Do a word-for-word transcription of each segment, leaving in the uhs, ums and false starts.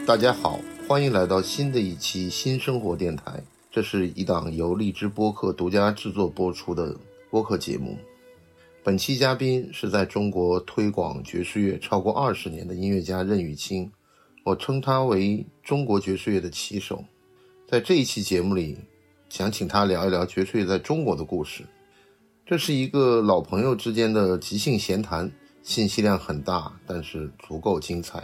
大家好，欢迎来到新的一期新生活电台。这是一档由荔枝播客独家制作播出的播客节目。本期嘉宾是在中国推广爵士乐超过二十年的音乐家任宇清，我称他为中国爵士乐的旗手。在这一期节目里，想请他聊一聊爵士乐在中国的故事。这是一个老朋友之间的即兴闲谈，信息量很大，但是足够精彩。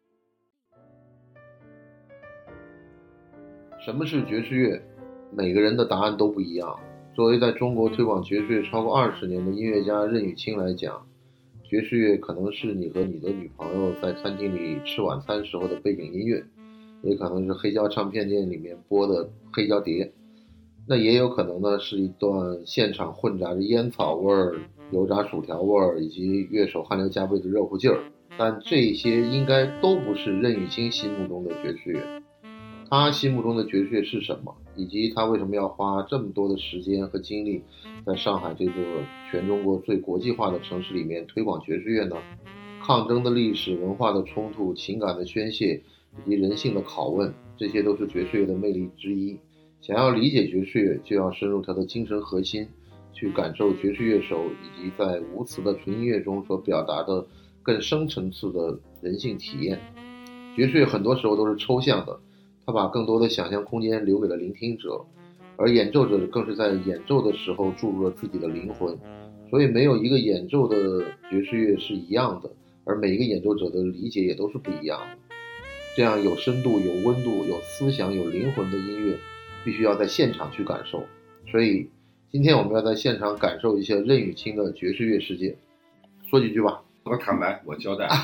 什么是爵士乐？每个人的答案都不一样。作为在中国推广爵士乐超过二十年的音乐家任宇清来讲，爵士乐可能是你和你的女朋友在餐厅里吃晚餐时候的背景音乐，也可能是黑胶唱片店里面播的黑胶碟，那也有可能呢是一段现场混杂着烟草味儿、油炸薯条味儿以及乐手汗流浃背的热乎劲儿。但这些应该都不是任宇清心目中的爵士乐。他心目中的爵士乐是什么，以及他为什么要花这么多的时间和精力在上海这座全中国最国际化的城市里面推广爵士乐呢？抗争的历史、文化的冲突、情感的宣泄以及人性的拷问，这些都是爵士乐的魅力之一。想要理解爵士乐，就要深入它的精神核心，去感受爵士乐手以及在无词的纯音乐中所表达的更深层次的人性体验。爵士乐很多时候都是抽象的，他把更多的想象空间留给了聆听者，而演奏者更是在演奏的时候注入了自己的灵魂。所以没有一个演奏的爵士乐是一样的，而每一个演奏者的理解也都是不一样的。这样有深度、有温度、有思想、有灵魂的音乐必须要在现场去感受。所以今天我们要在现场感受一下任宇清的爵士乐世界。说几句吧。 我坦白，我交代。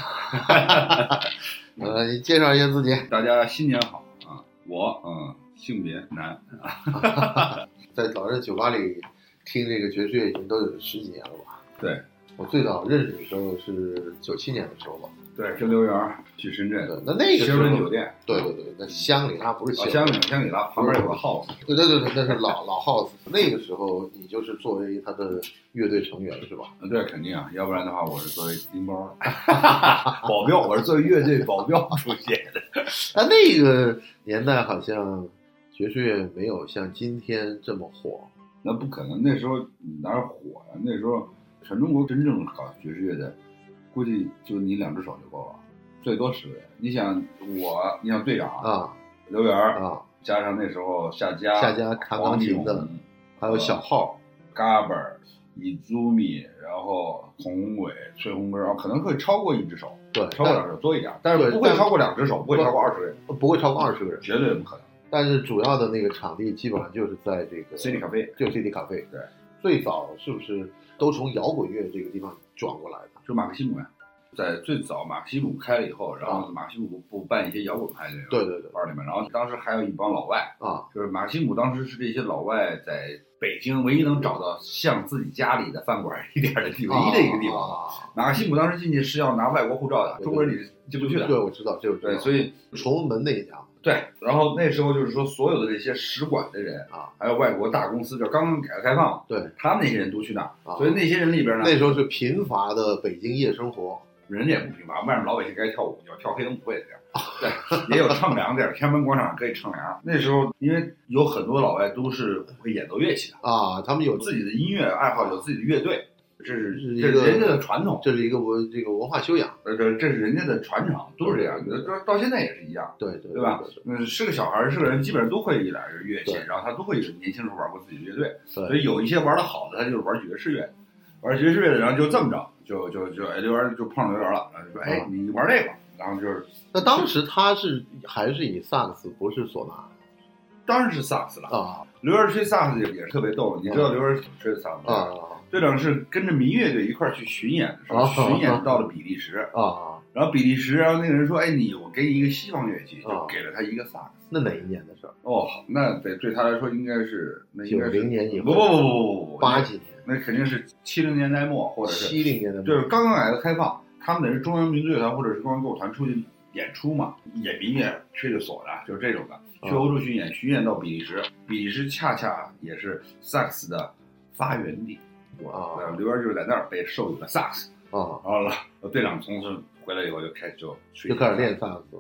呃，你介绍一下自己。 大家新年好啊！我嗯，性别男。 在早上酒吧里听这个爵士乐已经都有十几年了吧？ 对， 我最早认识的时候是九七年的时候吧。 对，跟刘源去深圳， 对，那那个时候深圳酒店， 对对对，那香里拉不是香里香里拉旁边有个 house， 对对对对，那是老老 house。那个时候你就是作为他的乐队成员是吧？ 对，肯定啊，要不然的话我是作为拎包的保镖，我是作为乐队保镖出现的。 但那个年代好像爵士乐没有像今天这么火。 那不可能，那时候哪有火呀、啊？那时候全中国真正搞爵士乐的，估计就你两只手就够了，最多十个人。你想我，你想队长啊， 刘源啊， 加上那时候夏家夏家弹钢琴的，还有小号、 嘎本、伊祖米，然后宏伟、崔红根，可能会超过一只手， 对， 超过两只手多一点，但是不会超过两只手，不会超过二十个人， 不会超过二十个人， 绝对不可能。 但是主要的那个场地基本上就是在这个 C D 咖啡， 就 C D 咖啡。 对， 最早是不是都从摇滚乐这个地方转过来的？ 就马克西姆呀，在最早马克西姆开了以后，然后马克西姆不办一些摇滚派的对对对班里面，然后当时还有一帮老外啊， 就是马克西姆当时是这些老外在北京唯一能找到像自己家里的饭馆一点的地唯一的一个地方。 啊、 马克西姆当时进去是要拿外国护照的，中国人你进不去的。 对，我知道，就是对，所以崇文门那一家。 对，然后那时候就是说，所有的这些使馆的人啊，还有外国大公司，就刚刚改革开放， 对， 他们那些人都去那儿、 啊， 所以那些人里边呢， 那时候是贫乏的北京夜生活， 人家也不贫乏，外面老百姓该跳舞就跳黑灯不会的地儿，对，也有乘凉地儿，天安门广场可以乘凉。那时候因为有很多老外都是会演奏乐器的啊，他们有自己的音乐爱好，有自己的乐队。这是这是人家的传统， 这是一个文这个文化修养， 呃，这这是人家的传承，都是这样，到到现在也是一样， 对对对吧？嗯，是个小孩，是个人，基本上都会一两个乐器，然后他都会有年轻时候玩过自己的乐队，所以有一些玩的好的，他就是玩爵士乐，玩爵士乐的，然后就这么着，就就就哎，刘源就碰上刘源了，然后就说，哎，你玩这个，然后就是， 那当时他是还是以萨克斯，不是唢呐， 当然是萨克斯了啊。刘源吹萨克斯也是特别逗，你知道刘源吹萨克斯啊？队长是跟着民乐队一块儿去巡演的时候，巡演到了比利时啊， 然后比利时，然后那个人说：“哎，你我给你一个西方乐器，就给了他一个萨克斯。” 那哪一年的事儿？ 哦，那对对他来说应该是那应该是九零年以后， 不不不不不八几年， 那肯定是七零年代末或者是七零年代末， 就是刚刚改革开放，他们得是中央民族乐团或者是中央歌舞团出去演出嘛，演民乐吹着唢呐，就是这种的。去欧洲巡演，巡演到比利时，比利时恰恰也是萨克斯的发源地。 啊， 刘源就是在那儿被授予了萨克斯啊， 然后了，队长从此回来以后就开始就就开始练萨克斯。对，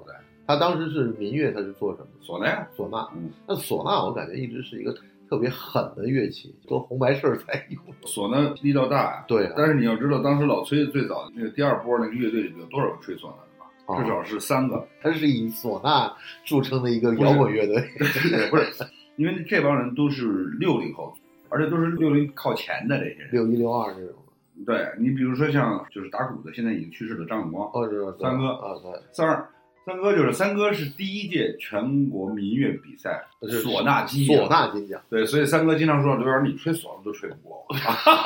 他当时是民乐，他是做什么？ 唢呐呀， 唢呐。 嗯， 那唢呐我感觉一直是一个特别狠的乐器，做红白事才用。 唢呐力道大呀， 对、啊。 但是你要知道，当时老崔最早的那个第二波那个乐队里有多少个吹唢呐的吧？哦、至少是三个。 他是以唢呐著称的一个摇滚乐队。 不是，因为这帮人都是六零后，而且都是六零靠前的这些人， 六一六二这种。 对你比如说像就是打鼓的，现在已经去世的张永光， 哦，是三哥啊，对， 三儿。三哥就是三哥是第一届全国民乐比赛唢呐金唢呐金奖， 对，所以三哥经常说刘源你吹唢呐都吹不过我。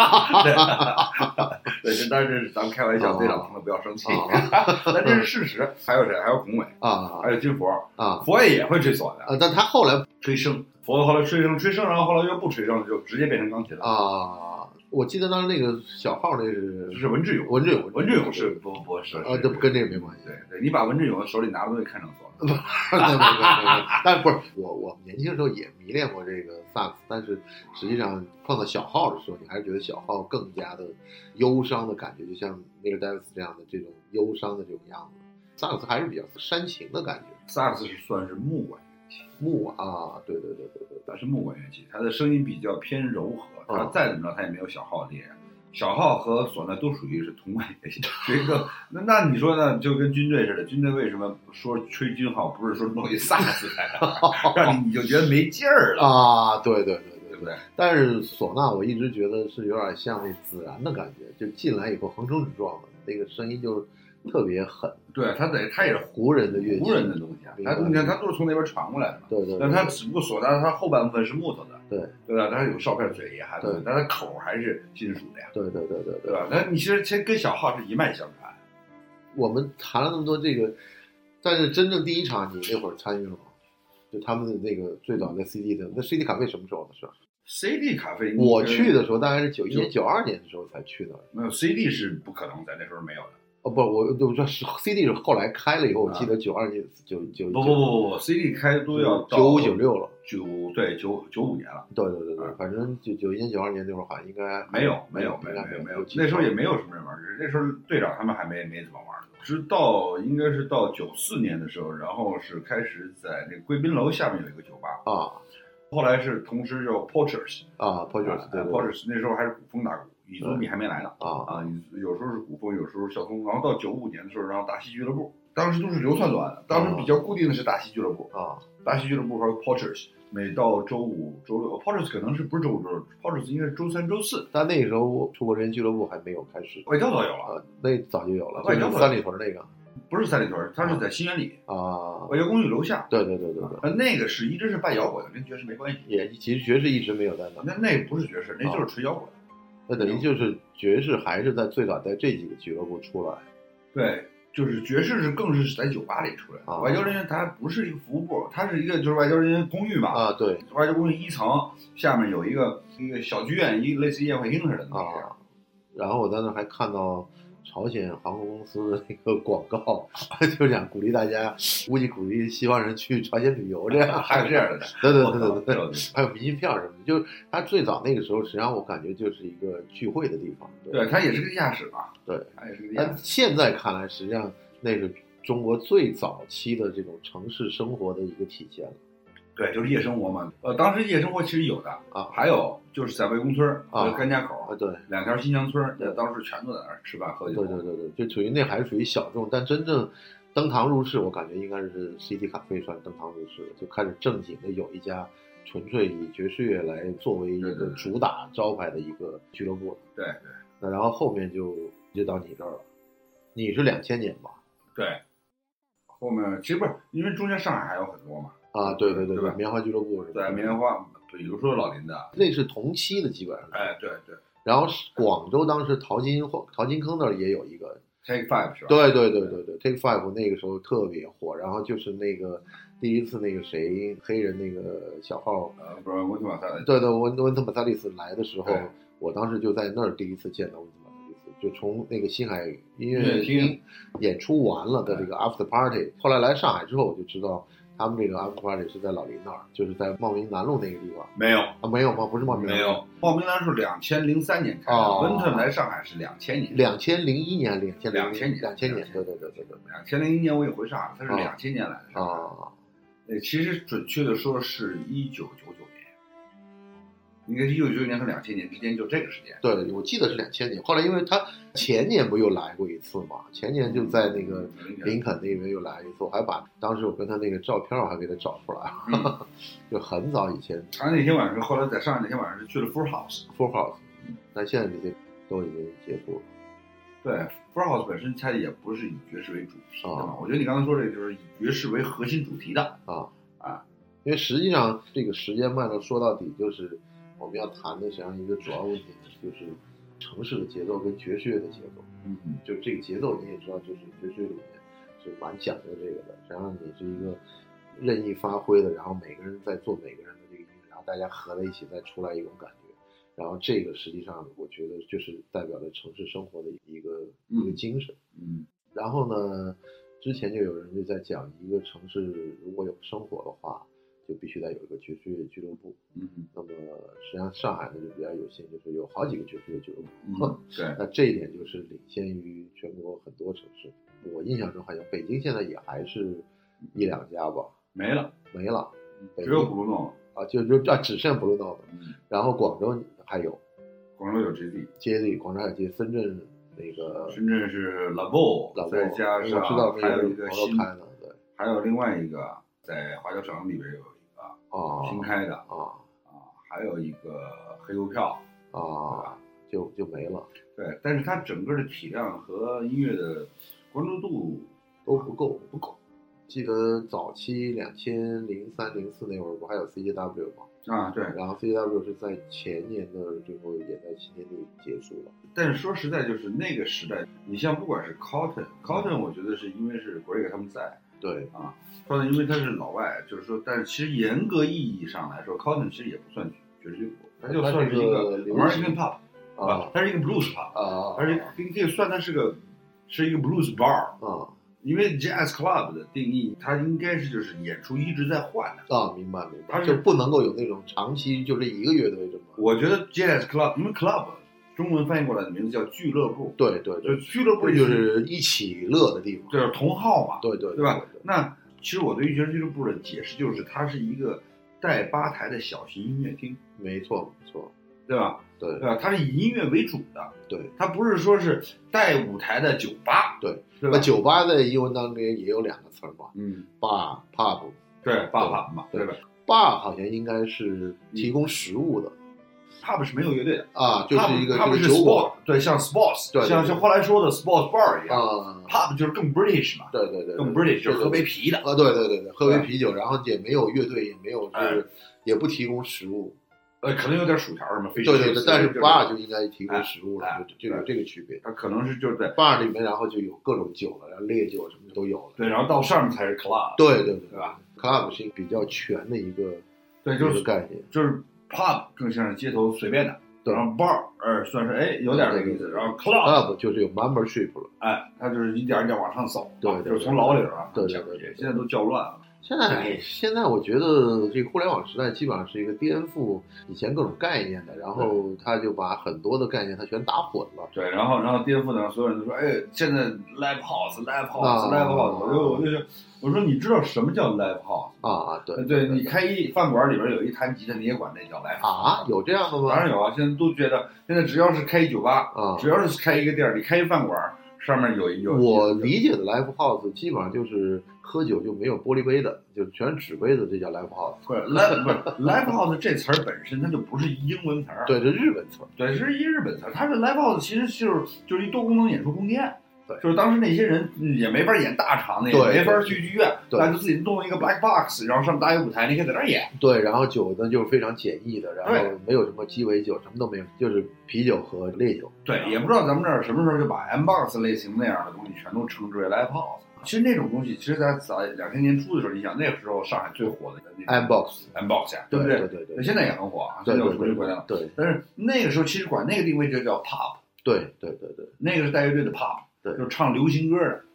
对，这当然这是咱们开玩笑，队长听了不要生气，但这是事实。还有谁？还有孔伟啊， 还有金佛啊， 佛爷也会吹唢呐啊，但他后来吹笙，佛后来吹笙吹笙，然后后来又不吹笙，就直接变成钢琴了啊。我记得当时那个小号那是是文志勇， 文志勇， 文志勇是不不是啊，这跟这个没关系。 对对，你把文志勇手里拿的东西看成唢呐， 对对对，但不是我我年轻的时候也迷恋过这个萨克斯，但是实际上碰到小号的时候，你还是觉得小号更加的忧伤的感觉，就像 Miles Davis 这样的这种忧伤的这种样子。萨克斯还是比较煽情的感觉， 萨克斯是算是木管乐器， 木啊，对对对对对， 它是木管乐器，它的声音比较偏柔和。它再怎么着，它也没有小号厉害。小号和唢呐都属于是同管乐器，这个那那你说呢？就跟军队似的，军队为什么说吹军号，不是说弄一萨克斯在那，让你你就觉得没劲儿了啊？对对对对， 对不对？ 但是唢呐我一直觉得是有点像那自然的感觉，就进来以后横冲直撞的那个声音就特别狠。 对，它得它也是胡人的乐器， 胡人的东西啊，它你看它都是从那边传过来的嘛。 对 对, 对。 但它只不过唢呐它后半部分是木头的。 对对吧？它有哨片嘴也还对，但它口还是金属的呀。 对对对对对吧？那你其实其实跟小号是一脉相传。 我们谈了那么多这个，但是真正第一场你那会儿参与了吗？就他们的那个最早的 C D 的，那 C D 咖啡什么时候的事 ？C D 咖啡， 我去的时候大概是九一年、九二年的时候才去的。 没有 C D 是不可能在那时候没有的。 哦不，我我说是 C D 是后来开了以后，我记得九二年、九九不不不不 ，C D 开都要到九五九六了， 九对九九五年了。 对对对对，反正九九一年、九二年那会儿好像应该没有没有没有没有没有，那时候也没有什么人玩，那时候队长他们还没没怎么玩。直到应该是到九四年的时候，然后是开始在那个贵宾楼下面有一个酒吧啊， 后来是同时叫 Porters 啊 Porters 对 Porters 那时候还是古风打鼓。乙组米还没来呢啊啊！有时候是古风，有时候小风。然后到九五年的时候，然后大戏俱乐部，当时都是流窜作案的。当时比较固定的是大戏俱乐部啊， 大戏俱乐部和 Porters， 每到周五、周六 ，Porters 可能是不是周五、周六 ，Porters 应该是周三、周四。 但那个时候出国人俱乐部还没有开始， 外交早有了， 啊、那早就有了。 外交三里屯那个不是三里屯，它是在新源里啊， 外交公寓楼下。 对对对对对， 呃，那个是一直是办摇滚的，跟爵士没关系。 也其实爵士一直没有在那。 那那不是爵士，那就是纯摇滚。 那等于就是爵士还是在最早在这几个俱乐部出来， 对，就是爵士是更是在酒吧里出来的。 啊、 外交人员他不是一个服务部，他是一个就是外交人员公寓嘛。 啊，对， 外交公寓一层下面有一个一个小剧院，一个类似宴会厅似的那个。啊，然后我在那还看到朝鲜航空公司的那个广告，就讲鼓励大家，估计鼓励西方人去朝鲜旅游这样， 还有这样的， 对对对对对，还有明信片什么的。就是他最早那个时候，实际上我感觉就是一个聚会的地方。 对，它也是个地下室嘛。 对， 它也是个地下室。 但现在看来，实际上那是中国最早期的这种城市生活的一个体现了。 对，就是夜生活嘛。呃，当时夜生活其实有的啊， 还有就是在魏公村和甘家口啊，对， 两条新疆村，当时全都在那儿吃饭喝酒。 对对对对，就属于那还是属于小众，但真正登堂入室，我感觉应该是 C D 咖啡算登堂入室了，就开始正经的有一家纯粹以爵士乐来作为一个主打招牌的一个俱乐部。 对对。 那然后后面就就到你这儿了，你是两千年吧？ 对。后面其实不是，因为中间上海还有很多嘛。 啊，对对对对， 棉花俱乐部是吧？ 对，棉花，比如说老林的， 那是同期的，基本上。 哎，对对。 然后广州当时淘金淘金坑那儿也有一个 Take Five 是吧？ 对对对对对 ，Take Five 那个时候特别火。然后就是那个第一次那个谁黑人那个小号， 呃，不是温特马萨， 对对温温特马萨利斯来的时候，我当时就在那儿第一次见到温特马萨利斯，就从那个星海音乐厅演出完了的这个 After Party。后来来上海之后，我就知道。 他们这个 after party 是在老林那儿，就是在茂名南路那个地方。 没有啊，没有吗？不是茂名南路， 没有，茂名南是两千零三年开的， 哦、 温特来上海是两千年， 两千零一年，两千两千年， 两千年，对对对对对， 两千零一年我也回上海，他是两千年来的啊。哦呃，其实准确的说是一九九九年，应该是一九九九年和两千年之间就这个时间。 对，我记得是两千年。后来因为他前年不又来过一次嘛，前年就在那个林肯那边又来一次，我还把当时我跟他那个照片我还给他找出来，嗯、就很早以前。 他那天晚上，后来在上海那天晚上是去了 Full House，Full House， 但现在这些都已经结束了。 对 ，Full House 本身它也不是以爵士为主题的嘛，哦、我觉得你刚才说这个就是以爵士为核心主题的啊啊， 因为实际上这个时间脉络说到底就是我们要谈的实际上一个主要问题就是城市的节奏跟爵士乐的节奏， 嗯嗯， 就这个节奏你也知道，就是爵士乐里面是蛮讲究这个的，实际上你是一个任意发挥的，然后每个人在做每个人的这个音乐，然后大家合在一起再出来一种感觉。然后这个实际上我觉得就是代表了城市生活的一个、嗯、一个精神， 嗯。 然后呢，之前就有人就在讲，一个城市如果有生活的话，就必须得有一个爵士乐俱乐部。 嗯。 那么实际上上海呢就比较有幸，就是有好几个爵士乐俱乐部。 嗯、对。 那这一点就是领先于全国很多城市。我印象中好像北京现在也还是一两家吧。 没了， 没了， 只有 Blue Note 啊，就就啊只剩 Blue Note。 嗯。 然后广州还有， 广州有 J Z，J Z， 广州还有 J Z， 深圳那个， 深圳是 Lavo， 再加上我知道还有一个新开的，对， 还有另外一个在华侨城里边有一个啊新开的啊啊，还有一个黑邮票啊，就就没了。 对，但是它整个的体量和音乐的关注度都不够，不够。记得早期两千零三零四那会儿不还有 C J W 吗？ 啊，对， 然后 C J W 是在前年的最后也在七年里结束了。 但是说实在，就是那个时代，你像不管是 Cotton，Cotton， 我觉得是因为是 Greg 他们在， 对啊 ，Cotton 因为他是老外，就是说，但是其实严格意义上来说 ，Cotton 其实也不算爵士乐，它就算是一个 American Pop 啊，它是一个 Blues Pop 啊， 而且你可以算它是个是一个 Blues Bar 啊。 因为 Jazz Club 的定义，它应该是就是演出一直在换的啊，明白明白，它就不能够有那种长期就这一个乐队这么。 我觉得 Jazz Club， 因为 Club 中文翻译过来的名字叫俱乐部， 对对对， 就俱乐部就是一起乐的地方， 就是同好嘛， 对对 对, 对吧？那其实我对于爵士俱乐部的解释就是，它是一个带吧台的小型音乐厅， 没错没错， 对吧？ 对对吧？它是以音乐为主的， 对， 它不是说是带舞台的酒吧， 对。 对吧？ 酒吧在英文当中也有两个词嘛， 嗯 ，bar pub， 对 bar pub 嘛，对吧 ？bar 好像应该是提供食物的 ，pub 是没有乐队的啊，就是一个 pub 是 sport， 对，像 sports， 对， 像像后来说的 sports bar 一样啊 ，pub 就是更 British 嘛， 对对对， 更 British 就是喝杯啤的啊，对对对对，喝杯啤酒，然后也没有乐队，也没有就是也不提供食物。 呃，可能有点薯条什么，对对对，但是 bar 就应该提供食物了，就有这个区别。 它可能是就是在 bar 里面，然后就有各种酒了，然后烈酒什么都有了。 对，然后到上面才是 club。 对对对， 对吧 ？club 是比较全的一个对，就是概念， 就是 pub 更像是街头随便的， 对， 然后 bar 呃算是哎有点这个意思，然后 club 就是有 membership 了， 哎，它就是一点一点往上走， 对， 就是从老岭啊， 对对对， 现在都叫乱了。 现在现在我觉得这个互联网时代基本上是一个颠覆以前各种概念的，然后他就把很多的概念他全打混了。 对，然后然后颠覆呢，所有人都说，哎，现在 live house live house live house， 我就我就我说你知道什么叫 live house 啊？对对，你开一饭馆里边有一弹吉他，你也管那叫 live house 啊？有这样的吗？ 当然有啊，现在都觉得现在只要是开一酒吧啊， 只要是开一个店，你开一饭馆。上面有一有， 我理解的 live house 基本上就是喝酒就没有玻璃杯的，就全是纸杯子，这叫 live house。 不是 live 不是 live house 这词儿本身它就不是英文词儿， 对，这日本词儿， 对，是一日本词儿。它是 live house 其实就是就是一多功能演出空间。 对， 就是当时那些人也没法演大场的，也没法去剧院，那就自己弄一个 black box， 然后上面搭一舞台，你可以在那儿演。 对，然后酒呢就是非常简易的，然后没有什么鸡尾酒，什么都没有，就是啤酒和烈酒。 对，也不知道咱们这儿什么时候就把 M box 类型那样的东西全都称之为 live house。其实那种东西，其实在早两千年初的时候，你想那个时候上海最火的那 M box，M box 呀，对不对？ 对对对， 现在也很火啊， 现在又重新回来了。 对， 但是那个时候其实管那个定位就叫 pop。 对对对对， 那个是带乐队的 pop。对，就是唱流行歌的，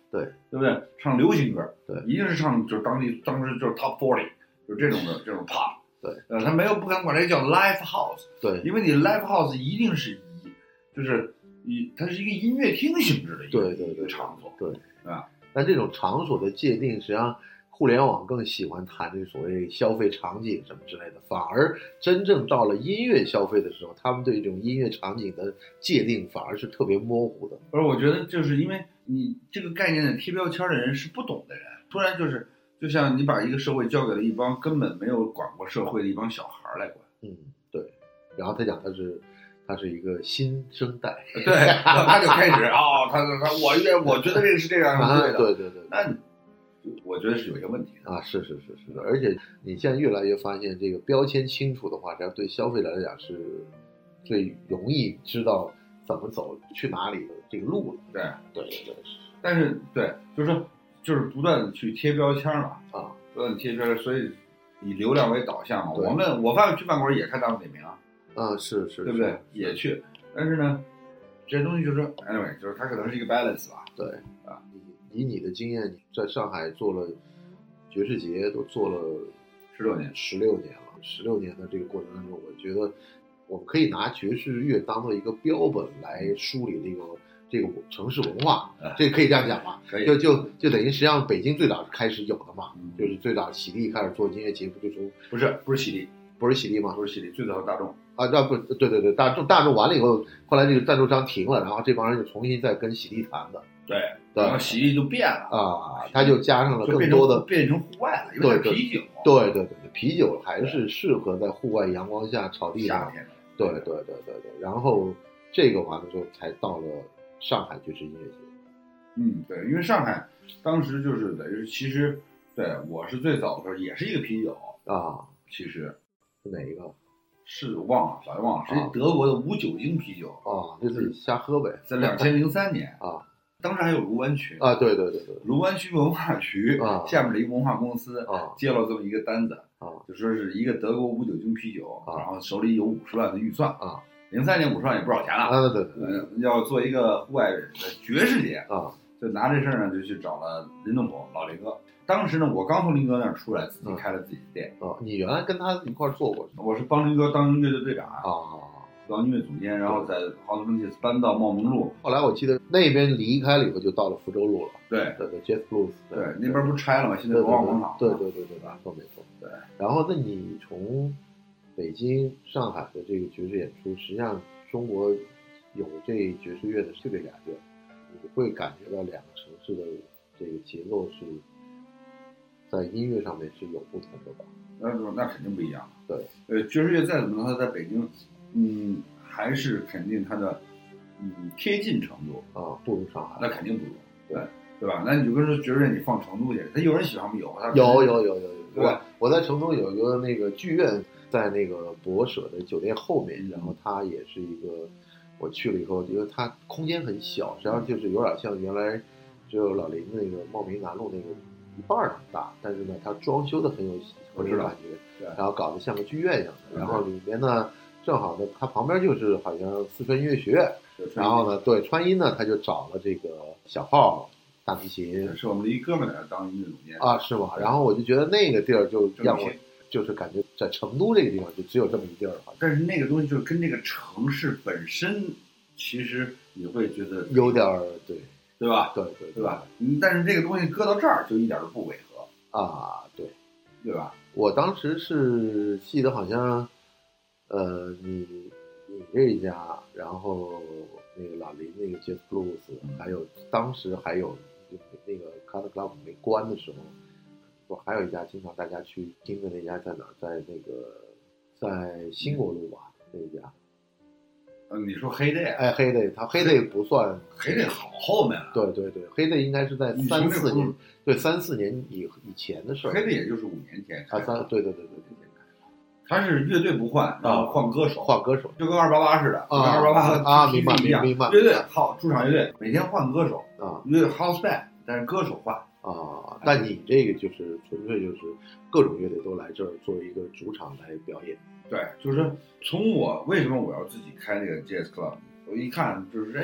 对对不对？唱流行歌， 对， 一定是唱就是当地当时就是 top forty， 就是这种的这种 pop。 对， 呃，他没有不敢管这个叫 live house。 对， 因为你 live house 一定是以就是以它是一个音乐厅性质的一个对对对一个场所， 对， 啊。 但这种场所的界定，实际上互联网更喜欢谈这所谓消费场景什么之类的，反而真正到了音乐消费的时候，他们对这种音乐场景的界定反而是特别模糊的。 而我觉得就是因为你这个概念的贴标签的人是不懂的人，突然就是就像你把一个社会交给了一帮根本没有管过社会的一帮小孩来管。 嗯，对。然后他讲他是他是一个新生代， 对，他就开始哦，他他我觉得我觉得这个是这样对的， 对对对， 那我觉得是有些问题的啊，是是是是的，而且你现在越来越发现，这个标签清楚的话，这样对消费者来讲是最容易知道怎么走、去哪里的这个路了。 对对对对， 但是对，就是说就是不断的去贴标签嘛， 啊， 不断的贴标签，所以以流量为导向嘛。我们我发现去饭馆也看大众点评啊， 啊是是， 对不对？也去，但是呢，这些东西就是说 ，anyway， 就是它可能是一个 balance 吧。 对啊， 以你的经验，你在上海做了爵士节，都做了十六年， 十六年了。十六年的这个过程当中，我觉得我们可以拿爵士乐当做一个标本来梳理这个这个城市文化， 嗯、 这可以这样讲吧？ 可以， 就就就等于实际上北京最早开始有的嘛， 嗯、 就是最早喜力开始做音乐节，不就从不是不是喜力， 不是喜力吗？ 不是喜力，最早是大众啊，那不对对对，大众大众完了以后，后来这个赞助商停了，然后这帮人就重新再跟喜力谈的。 对，然后喜力就变了啊，它就加上了更多的变成户外了，因为它啤酒。 对对对对，啤酒还是适合在户外阳光下草地上。 夏天。 对对对对对，然后这个完了之后才到了上海爵士音乐节。 嗯，对，因为上海当时就是等于其实对我是最早的时候也是一个啤酒啊， 其实是哪一个？ 是忘了，早就忘了，是德国的无酒精啤酒啊，就自己瞎喝呗。 在两千零三年啊， 当时还有卢湾区啊，对对对对， 卢湾区文化局啊下面的一个文化公司啊接了这么一个单子啊， 就说是一个德国无酒精啤酒，然后手里有五十万的预算啊， 零三年五十万也不少钱了啊，对对对， 嗯，要做一个户外的爵士节啊， 就拿这事儿呢就去找了林东普老林哥。当时呢，我刚从林哥那儿出来，自己开了自己的店。 哦、嗯，你原来跟他一块儿做过？ 我是帮林哥当乐队队长啊， 哦、 当音乐总监，然后在豪斯芬奇搬到茂名路。 后来我记得那边离开了以后，就到了福州路了。 对对对 ，Jazz Blues。 对，那边不是拆了吗？现在国贸广场。 对对对对，没错没错。 对。 然后，那你从北京、上海的这个爵士演出，实际上中国有这爵士乐的就这俩地儿，你会感觉到两个城市的这个节奏是。在音乐上面是有不同的吧？ 那那肯定不一样。 对， 呃，爵士乐再怎么说，它在北京，嗯，还是肯定它的，嗯，贴近程度啊，不如上海。 那肯定不如，对对吧？那你就跟说爵士乐，你放成都去，他有人喜欢不有？他有有有有有。 对吧？ 我在成都有一个那个剧院，在那个博舍的酒店后面， 嗯、 然后它也是一个，我去了以后，因为它空间很小，实际上就是有点像原来就老林那个茂名南路那个。一半那么大，但是呢，它装修的很有很有感觉，然后搞得像个剧院一样的。然后里面呢，正好呢，它旁边就是好像四川音乐学院。然后呢，对川音呢，他就找了这个小号大提琴， 是我们的一哥们来当音乐总监啊，是吗？然后我就觉得那个地儿就让我就是感觉在成都这个地方就只有这么一地儿了。 但是那个东西就是跟这个城市本身，其实你会觉得有点对。 对吧？ 对对对吧？嗯，但是这个东西搁到这儿就一点都不违和啊，对对吧？ 我当时是记得好像，呃，你你这一家，然后那个老林那个 Jazz Blues，、嗯、还有当时还有那个 Cut Club 没关的时候，我还有一家经常大家去听的那家在哪儿？在那个在新国路吧、嗯、那家。 嗯，你说黑 day， 哎，黑 day， 它黑 day 不算， 黑 day 好后面了。 对对对，黑 day 应该是在三四年，对三四年以以前的事儿。 黑 day 也就是五年前啊，三对对对对对， 他是乐队不换，然后换歌手， 换歌手， 就跟二八八似的， 啊， 跟二八八啊，明白明白， 乐队好，驻场乐队每天换歌手啊， 乐队 house band， 但是歌手换啊。但你这个就是纯粹就是各种乐队都来这儿作为一个主场来表演。 对，就是从我为什么我要自己开那个 Jazz Club， 我一看就是哎，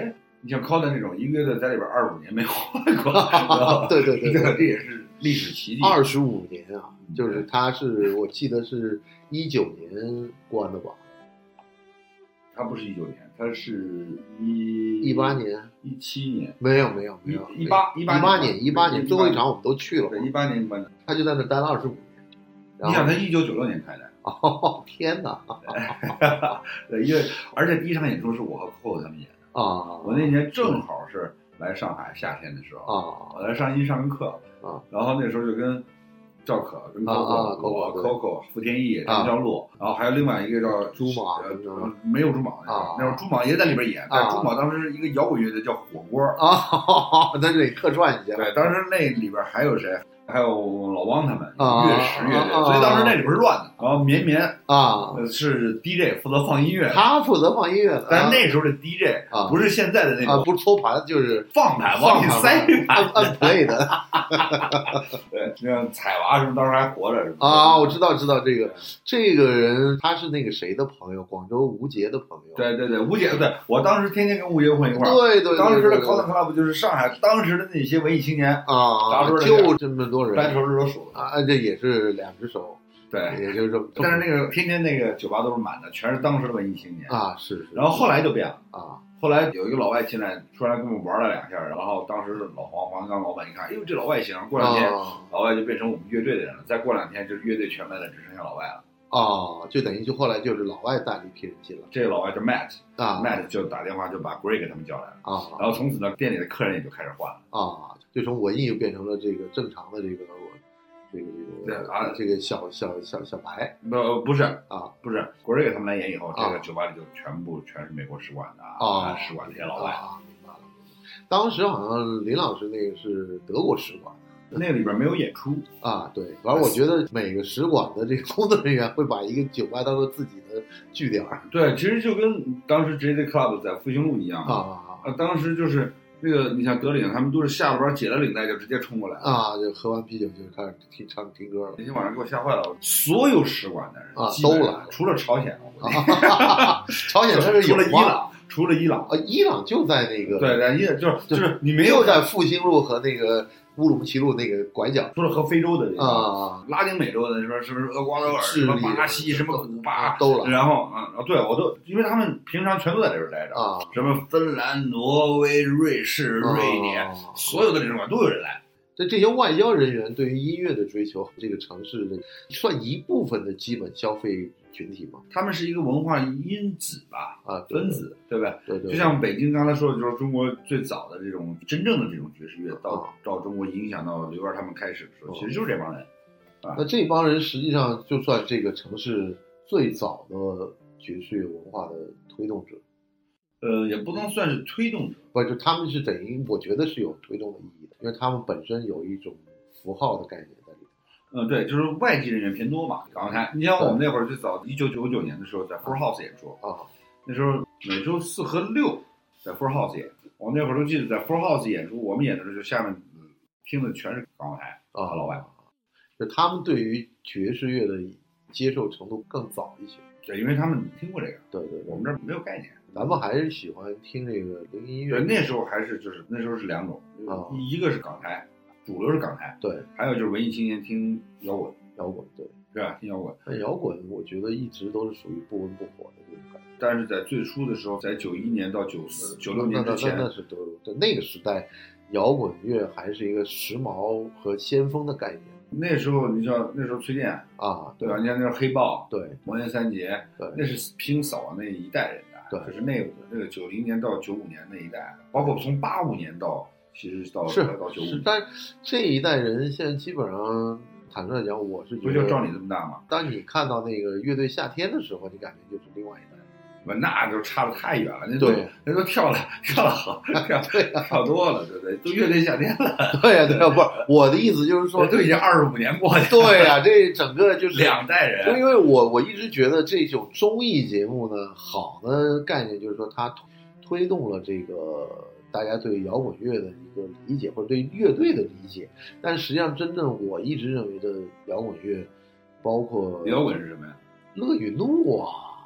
你像 Cotton 这种一个乐队在里边二十五年没换过， 对对对对， 这也是历史奇迹。 二十五年啊，就是他是我记得是一九年关的吧？ 他不是一九年，他是一一八年、 一七年， 没有没有没有， 一八一八年一八年最后一场我们都去了， 对，一八年关的， 他就在那待了二十五年。 你想他一九九六年开的？ 哦天哪！ 对，因为而且第一场演出是我和 Cole 他们演的啊， 我那年正好是来上海夏天的时候啊， 我来上一上个课啊， 然后那时候就跟赵可、跟 Coco、 我 Coco、付天意、张小璐，然后还有另外一个叫朱马， 没有朱马那时候朱马也在里边演，但朱马当时是一个摇滚乐队叫火锅啊，在这里客串一下。 对，当时那里边还有谁？还有老汪他们乐石乐队，所以当时那里边是乱的。然后绵绵啊是 D J 负责放音乐， 他负责放音乐的。 但是那时候的 D J 啊不是现在的那种， 不是搓盘就是放盘往里塞盘， 按 play 的。 对，像彩娃什么当时还活着是吧？ 啊，我知道知道这个这个人他是那个谁的朋友，广州吴杰的朋友。 对对对，吴杰，对我当时天天跟吴杰混一块儿。 对对， 当时的 Cotton Club 就是上海当时的那些文艺青年啊，就这么多人， 单手指头数啊，这也是两只手。 对， 也就是这么。 但是那个天天那个酒吧都是满的，全是当时的文艺青年啊，是是。 然后后来就变了啊， 后来有一个老外进来，出来跟我们玩了两下，然后当时老黄黄刚老板一看，哎呦这老外行，过两天、啊、老外就变成我们乐队的人了，再过两天就是乐队全来了，只剩下老外了。 哦，就等于就后来就是老外带了一批人进来， 这个老外叫 Matt 啊 ，Matt 就打电话就把 Greg 他们叫来了啊， 然后从此呢店里的客人也就开始换了啊，就从文艺变成了这个正常的这个。这个这个啊，这个小小小小白不不是啊， 不是国瑞给他们来演以后，这个酒吧里就全部全是美国使馆的啊，使馆这些老外啊，明白了。当时好像林老师那个是德国使馆， 那个里边没有演出啊，对。反正我觉得每个使馆的这个工作人员会把一个酒吧当做自己的据点。 对，其实就跟当时 J Z Club 在复兴路一样啊啊，当时就是。这个你像德领，他们都是下了班解了领带就直接冲过来啊，就喝完啤酒就开始听唱听歌了。 那天晚上给我吓坏了，所有使馆的人啊都来了， 除了朝鲜， 朝鲜那是除了伊朗，除了伊朗啊，伊朗就在那个对，在伊朗就是就是你没有在复兴路和那个乌鲁木齐路那个拐角， 除了和非洲的这个啊， 拉丁美洲的什么是不是厄瓜多尔、什么巴西、什么古巴都来， 然后啊，对我都因为他们平常全都在这边待着啊， 什么芬兰、挪威、瑞士、瑞典，所有的领事馆都有人来。 这这些外交人员对于音乐的追求，这个城市的算一部分的基本消费群体吗？ 他们是一个文化因子吧， 啊， 分子，对不对？ 对对。 就像北京刚才说的，就是中国最早的这种真正的这种爵士乐，到、啊、到中国影响到刘源他们开始的时候，其实就是这帮人。啊、 那这帮人实际上就算这个城市最早的爵士乐文化的推动者。 呃，也不能算是推动者， 不是，他们是等于我觉得是有推动的意义的，因为他们本身有一种符号的概念在里头。 嗯，对，就是外籍人员偏多嘛，港台。你像我们那会儿最早，一九九九年的时候，在 Full House 演出啊， 那时候每周四和六在 Full House 演，我那会儿都记得在 Full House 演出，我们演的时候就下面、嗯、听的全是港台啊， 老外， 就他们对于爵士乐的接受程度更早一些。 对，因为他们听过这个， 对 对, 对， 我们这儿没有概念。 咱们还是喜欢听这个流行音乐。 对，那时候还是就是那时候是两种， 啊、 一个是港台，主流是港台， 对， 还有就是文艺青年听摇滚， 摇滚，对， 是吧？听摇滚。 但摇滚我觉得一直都是属于不温不火的这种感觉。 但是在最初的时候，在九一年到九四、九六年之前， 那那是都在那个时代，摇滚乐还是一个时髦和先锋的概念。 那时候你像那时候崔健啊， 对吧？你像那时候黑豹， 对， 魔岩三杰， 对， 那是拼扫那一代人的， 对， 就是那那个九零年到九五年那一代，包括从八五年到其实到是到九五年， 但这一代人现在基本上坦率讲，我是觉得不就照你这么大吗？ 当你看到那个乐队夏天的时候，你感觉就是另外一代。 那就差得太远了，那都那都跳了跳了好跳对、 啊、跳多了，对不对？都乐队夏天了。 对呀、啊、对呀、啊，不是我的意思就是说， 都已经二十五年过去了。 对呀、啊，这整个就是两代人。 就因为我我一直觉得这种综艺节目呢，好的概念就是说它推动了这个大家对摇滚乐的一个理解，或者对乐队的理解。但实际上，真正我一直认为的摇滚乐，包括摇滚是什么呀？ 乐与怒啊。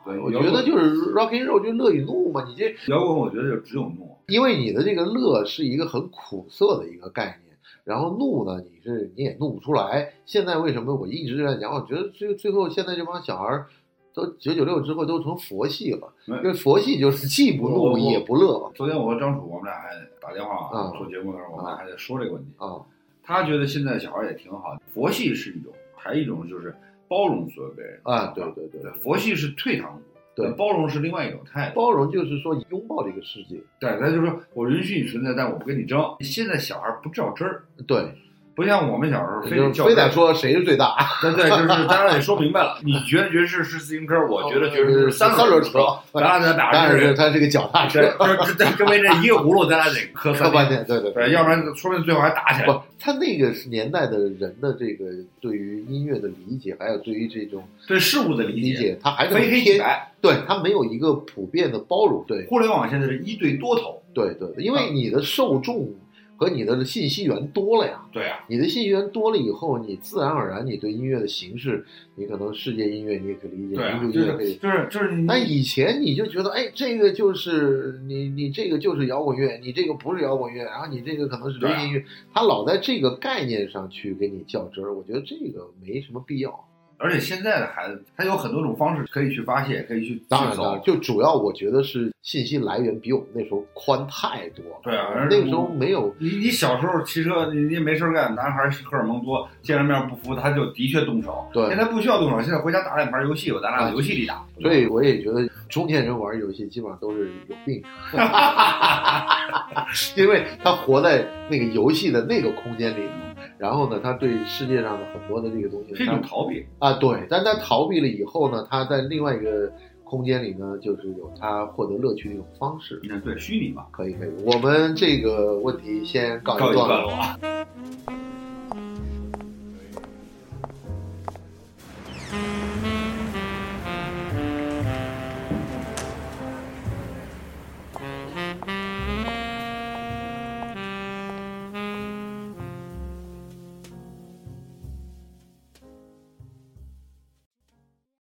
我觉得就是 rock and roll 就乐与怒嘛，你这摇滚我觉得就只有怒， 因为你的这个乐是一个很苦涩的一个概念，然后怒呢，你是你也怒不出来。现在为什么我一直在讲，我觉得最最后现在这帮小孩都九九六之后都成佛系了，因为佛系就是既不怒也不乐。 昨天我和张楚我们俩还打电话、啊、做节目的时候，我们俩还在说这个问题啊。 他觉得现在小孩也挺好，佛系是一种，还有一种就是包容所有的人啊。对对 对, 对， 佛系是退堂鼓。对，包容是另外一种态度。 包容就是说拥抱这个世界。 对，他就说我允许你存在，但我不跟你争。现在小孩不较真儿。 对。 不像我们小时候非得非得说谁是最大， 对对，就是咱俩得说明白了。你觉得爵士是自行车，我觉得爵士是三轮车，咱俩得打。 但是它是个脚踏车， 这这这为这一个葫芦，咱俩得磕磕半天，对对对，要不然说不定最后还打起来。 不，他那个年代的人的这个对于音乐的理解，还有对于这种对事物的理解，他还是非黑即白， 对他没有一个普遍的包容。对， 互联网现在是一对多头， 对对对，因为你的受众和你的信息源多了呀， 对啊， 你的信息源多了以后，你自然而然你对音乐的形式，你可能世界音乐你也可以理解， 对、啊， 民族音乐可以， 就是就是你。 但以前你就觉得，哎，这个就是你你这个就是摇滚乐，你这个不是摇滚乐，然后你这个可能是流行音乐，他老在这个概念上去给你较真儿，我觉得这个没什么必要。 而且现在的孩子，他有很多种方式可以去发泄，可以去当然了，就主要我觉得是信息来源比我们那时候宽太多了。 对啊， 那个时候没有你你小时候骑车，你你没事干，男孩荷尔蒙多，见着面不服，他就的确动手。 对， 现在不需要动手，现在回家打两盘游戏，我咱俩在游戏里打。 所以我也觉得中年人玩游戏基本上都是有病，因为他活在那个游戏的那个空间里。然后呢，他对世界上的很多的这个东西是一种逃避啊，对，但他逃避了以后呢，他在另外一个空间里呢，就是有他获得乐趣的一种方式。 嗯，对，虚拟嘛， 可以可以。我们这个问题先告一段落。